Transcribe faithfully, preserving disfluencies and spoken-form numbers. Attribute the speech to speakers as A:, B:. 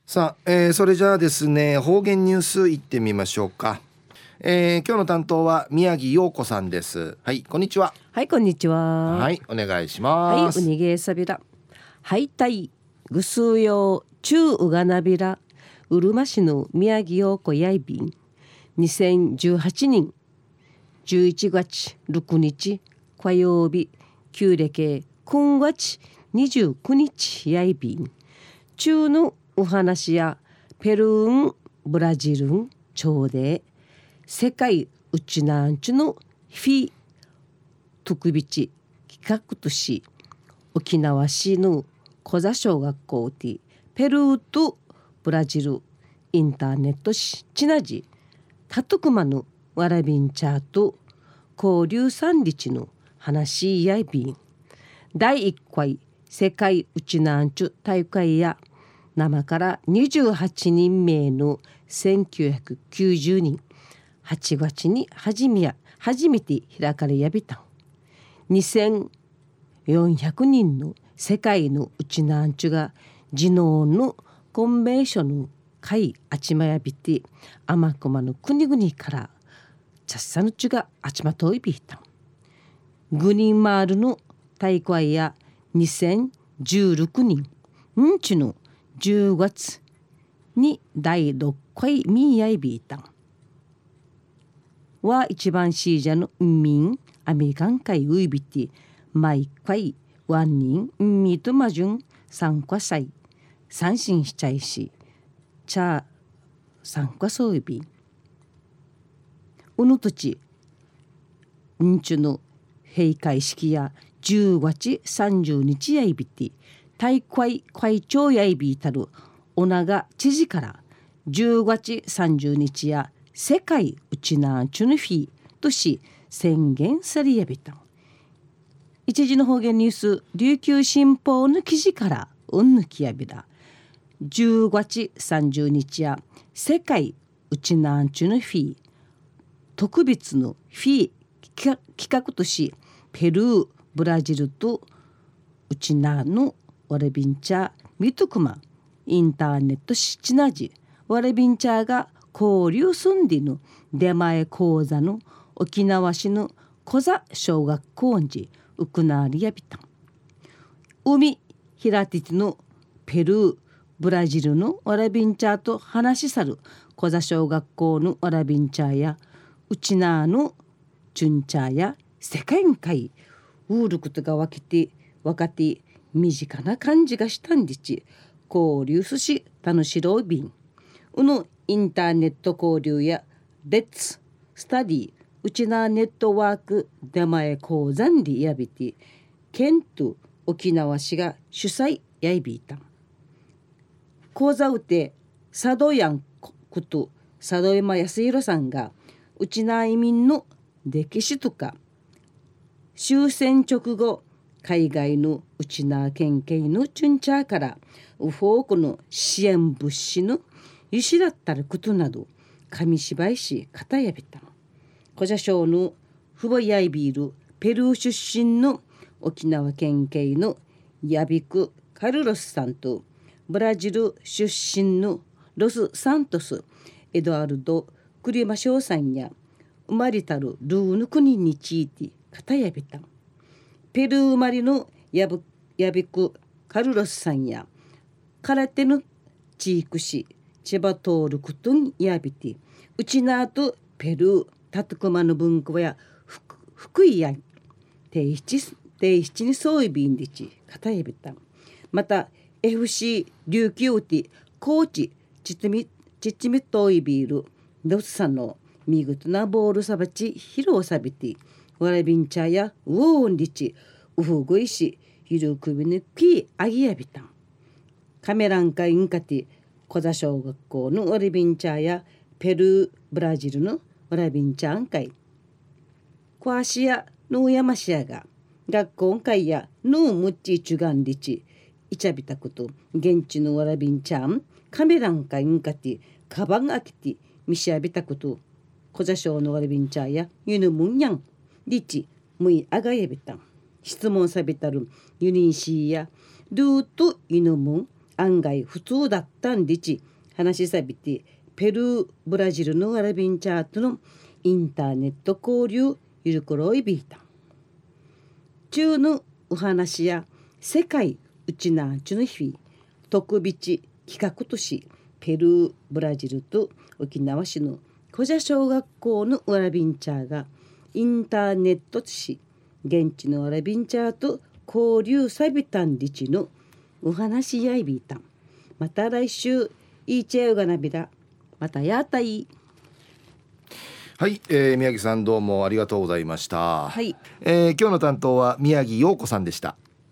A: さあ、えー、それじゃあですね、方言ニュースいってみましょうか。えー、今日の担当は宮城陽子さんです。はい、こんにちは。
B: はい、こんにちは。
A: はい、お願いし
B: はい、
A: ます。
B: うにげさびら。はいたいぐすうようちゅううがなびらうるま市の宮城陽子やいびんにせんじゅうはちねんじゅういちがつろくにち火曜日旧暦くんがつにじゅうくにちやいびん中のお話やペルーンブラジルン朝で世界うちなんちゅのフィ特別企画とし沖縄市の小座小学校でペルーとブラジルインターネットしちなじタトクマのわらびんちゃーと交流三日の話やいびんだいいっかい世界うちなんちゅ大会や生からにじゅうはちにんめいのせんきゅうひゃくきゅうじゅうにんはちがつに初めや初めて開かれやびたんにせんよんひゃくにんの世界のうちなんちゅがジノーのコンベンションの会あちまやびてあまくまの国々からチャッサのちゅがあちまといびいたんグニンマールの大会やにせんじゅうろくにんんちゅのじゅうがつにだいろっかいみやいびいたんは一番シージャの民アメリカン会ウイビティ毎回ワンニンミートマジュン参加祭三振しちゃいしチャー参加そういびうぬとちんちゅの閉会式やじゅうがつさんじゅうにちやいびて大会会長やいびいたるおなが知事からじゅうがつさんじゅうにちや世界うちなチュヌフィとし宣言されやびたん一時の方言ニュース琉球新報の記事からうんぬきやびらじゅうがつさんじゅうにちや世界うちなんちゅのフィ特別のフィ企画としペルーブラジルとうちなのわれびんちゃみとくまインターネットしちなじわれびんちゃが交流すんでの出前講座の沖縄市の小座小学校にうくなりやびたん海平手のペルーブラジルのわらびんちゃと話し去る小座小学校のわらびんちゃやうちなのチュンチャや世界会ウールことが分けて分かって身近な感じがしたんでち交流すし楽しろいびんうのインターネット交流やレッツスタディうちなネットワーク出前講座にやびて県と沖縄市が主催やいびいたん講座うて佐渡やんこと佐渡山康弘さんがうちな移民の歴史とか終戦直後海外のうちな県警のチュンチャーからウフォークの支援物資の輸しだったることなど紙芝居し片やびたの小社省のフボヤイビールペルー出身の沖縄県警のヤビク・カルロスさんとブラジル出身のロス・サントスエドアルド・クリマショーさんや生まれたるルーの国について片やびたんペルー生まれのヤブヤビク・カルロスさんや空手のチークシ千葉通ることにやびてうちなとペルータトクマの文化や福井や定七定七にそういびんでち片やびたんまた エフシー 琉球ティ高知ちつみちちみといびるロスさんの見事なボールさばち披露さびてわらびんちゃやウォーンリチウフグイシゆるくびにきあぎやびたんカメランカインカティ小座小学校のわらびんちゃやペルーブラジルのわらびんちゃん会コアシアのやましやが学校会やのむっちちゅがんりちいちゃびたこと現地のわらびんちゃんカメランカインカティカバンあきてみしやびたこと小座小のわらびんちゃやゆぬむんやんりちむいあがやびたん質問さびたるユニンシーやルートユヌムン案外普通だったんでち話しさびてペルーブラジルのアラビンチャートのインターネット交流ゆるころいびいた中のお話や世界うちなちゅの日特別企画都市ペルーブラジルと沖縄市の小社小学校のアラビンチャーがインターネットし現地のアラビンチャーと交流さびたんりちのお話やいびいたんまた来週いいちゃうがなびだまたやったい
A: はい、えー、宮城さんどうもありがとうございました、
B: はい、
A: えー、今日の担当は宮城陽子さんでした。